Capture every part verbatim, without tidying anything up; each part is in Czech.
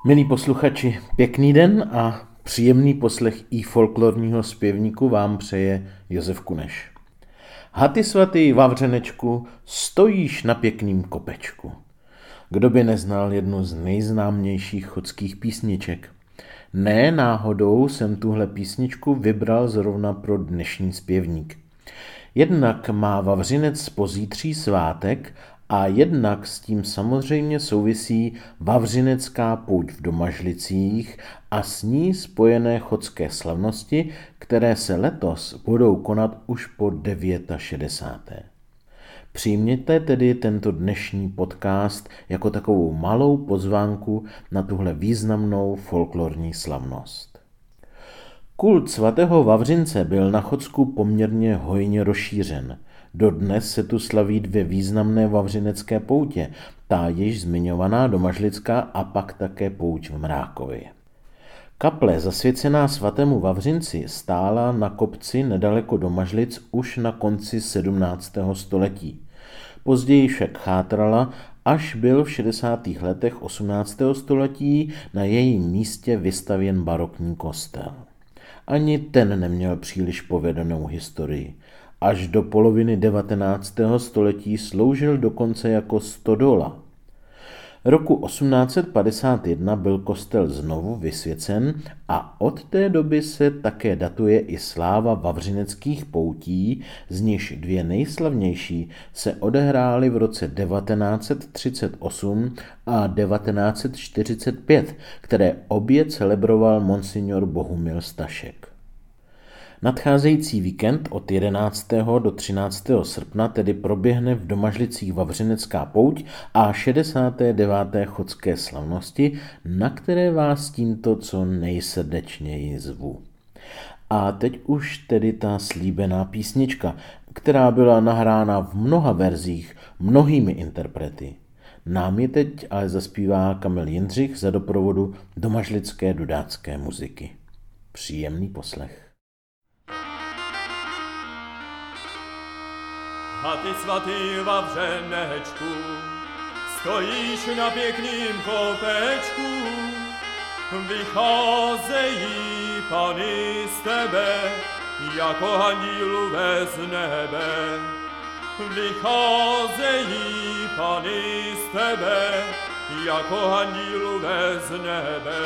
Milí posluchači, pěkný den a příjemný poslech i folklorního zpěvníku vám přeje Josef Kuneš. Haty svatý Vavřenečku, stojíš na pěkným kopečku. Kdo by neznal jednu z nejznámějších chodských písniček? Ne náhodou jsem tuhle písničku vybral zrovna pro dnešní zpěvník. Jednak má Vavřinec pozítří svátek a jednak s tím samozřejmě souvisí Vavřinecká pouť v Domažlicích a s ní spojené chodské slavnosti, které se letos budou konat už po šedesáté deváté Přijměte tedy tento dnešní podcast jako takovou malou pozvánku na tuhle významnou folklorní slavnost. Kult svatého Vavřince byl na Chodsku poměrně hojně rozšířen. Dodnes se tu slaví dvě významné vavřinecké poutě, ta již zmiňovaná Domažlická a pak také pouť v Mrákově. Kaple zasvěcená svatému Vavřinci stála na kopci nedaleko Domažlic už na konci sedmnáctého století. Později však chátrala, až byl v šedesátých letech osmnáctého století na jejím místě vystavěn barokní kostel. Ani ten neměl příliš povedenou historii. Až do poloviny devatenáctého století sloužil dokonce jako stodola. Roku osmnáct set padesát jedna byl kostel znovu vysvěcen a od té doby se také datuje i sláva vavřineckých poutí, z nichž dvě nejslavnější se odehrály v roce devatenáct set třicet osm a devatenáct set čtyřicet pět, které obě celebroval monsignor Bohumil Stašek. Nadcházející víkend od jedenáctého do třináctého srpna tedy proběhne v Domažlicích Vavřinecká pouť a šedesáté deváté chodské slavnosti, na které vás tímto co nejsrdečněji zvu. A teď už tedy ta slíbená písnička, která byla nahrána v mnoha verzích mnohými interprety. Nám ji teď ale zaspívá Kamil Jindřich za doprovodu domažlické dudácké muziky. Příjemný poslech. A ty svatý Vavřenečku, stojíš na pěkným kopečku, vycházejí pany z tebe, jako andílové z nebe. Vycházejí pany z tebe, jako andílové z nebe.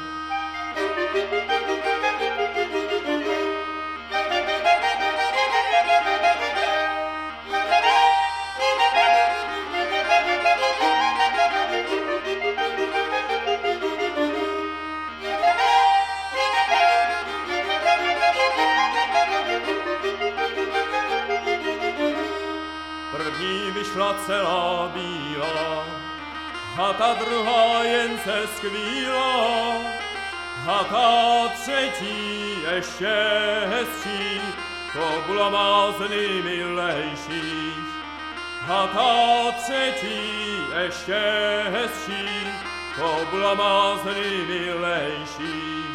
První vyšla celá bílá, a ta druhá jen se skvíla, a ta třetí ještě hezčí, to byla má z nejmilejších. A ta třetí ještě hezčí, to byla má z nejmilejších.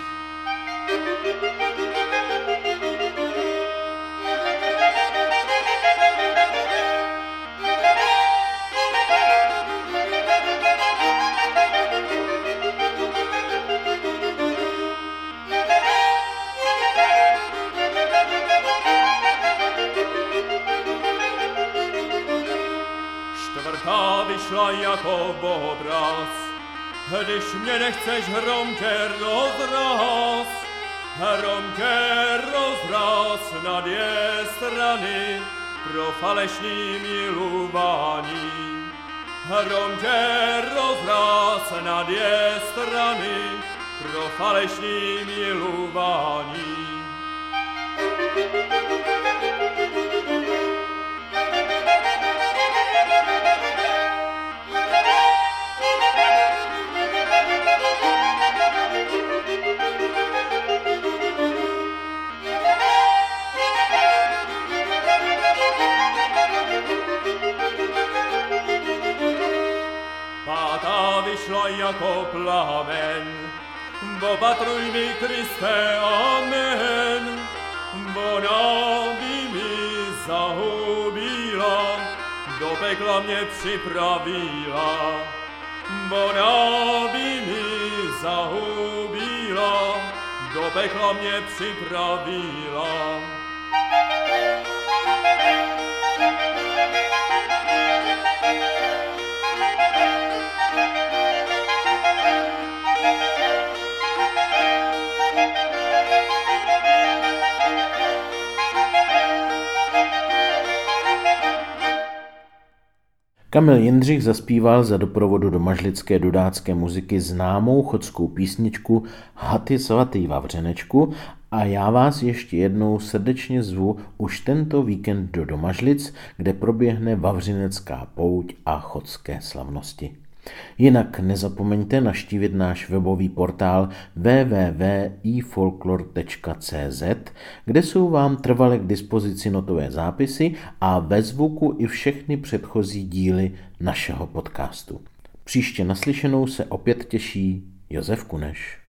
Čtvrtá vyšla jako bodraz, když mě nechceš hromtě rozraz, hromtě rozraz na dvě strany pro falešný milování. Hromtě rozraz na dvě strany pro falešný milování. Pátá vyšla jako plamen, opatruj mi, Kriste, amen. Ona by mi zahubila, do pekla mě připravila. Ona by mi zahubila, do pekla mě připravila. Kamil Jindřich zaspíval za doprovodu domažlické dudácké muziky známou chodskou písničku Haty svatý Vavřenečku a já vás ještě jednou srdečně zvu už tento víkend do Domažlic, kde proběhne Vavřinecká pouť a chodské slavnosti. Jinak nezapomeňte navštívit náš webový portál w w w tečka i folklor tečka c z, kde jsou vám trvale k dispozici notové zápisy a ve zvuku i všechny předchozí díly našeho podcastu. Příště naslyšenou se opět těší Josef Kuneš.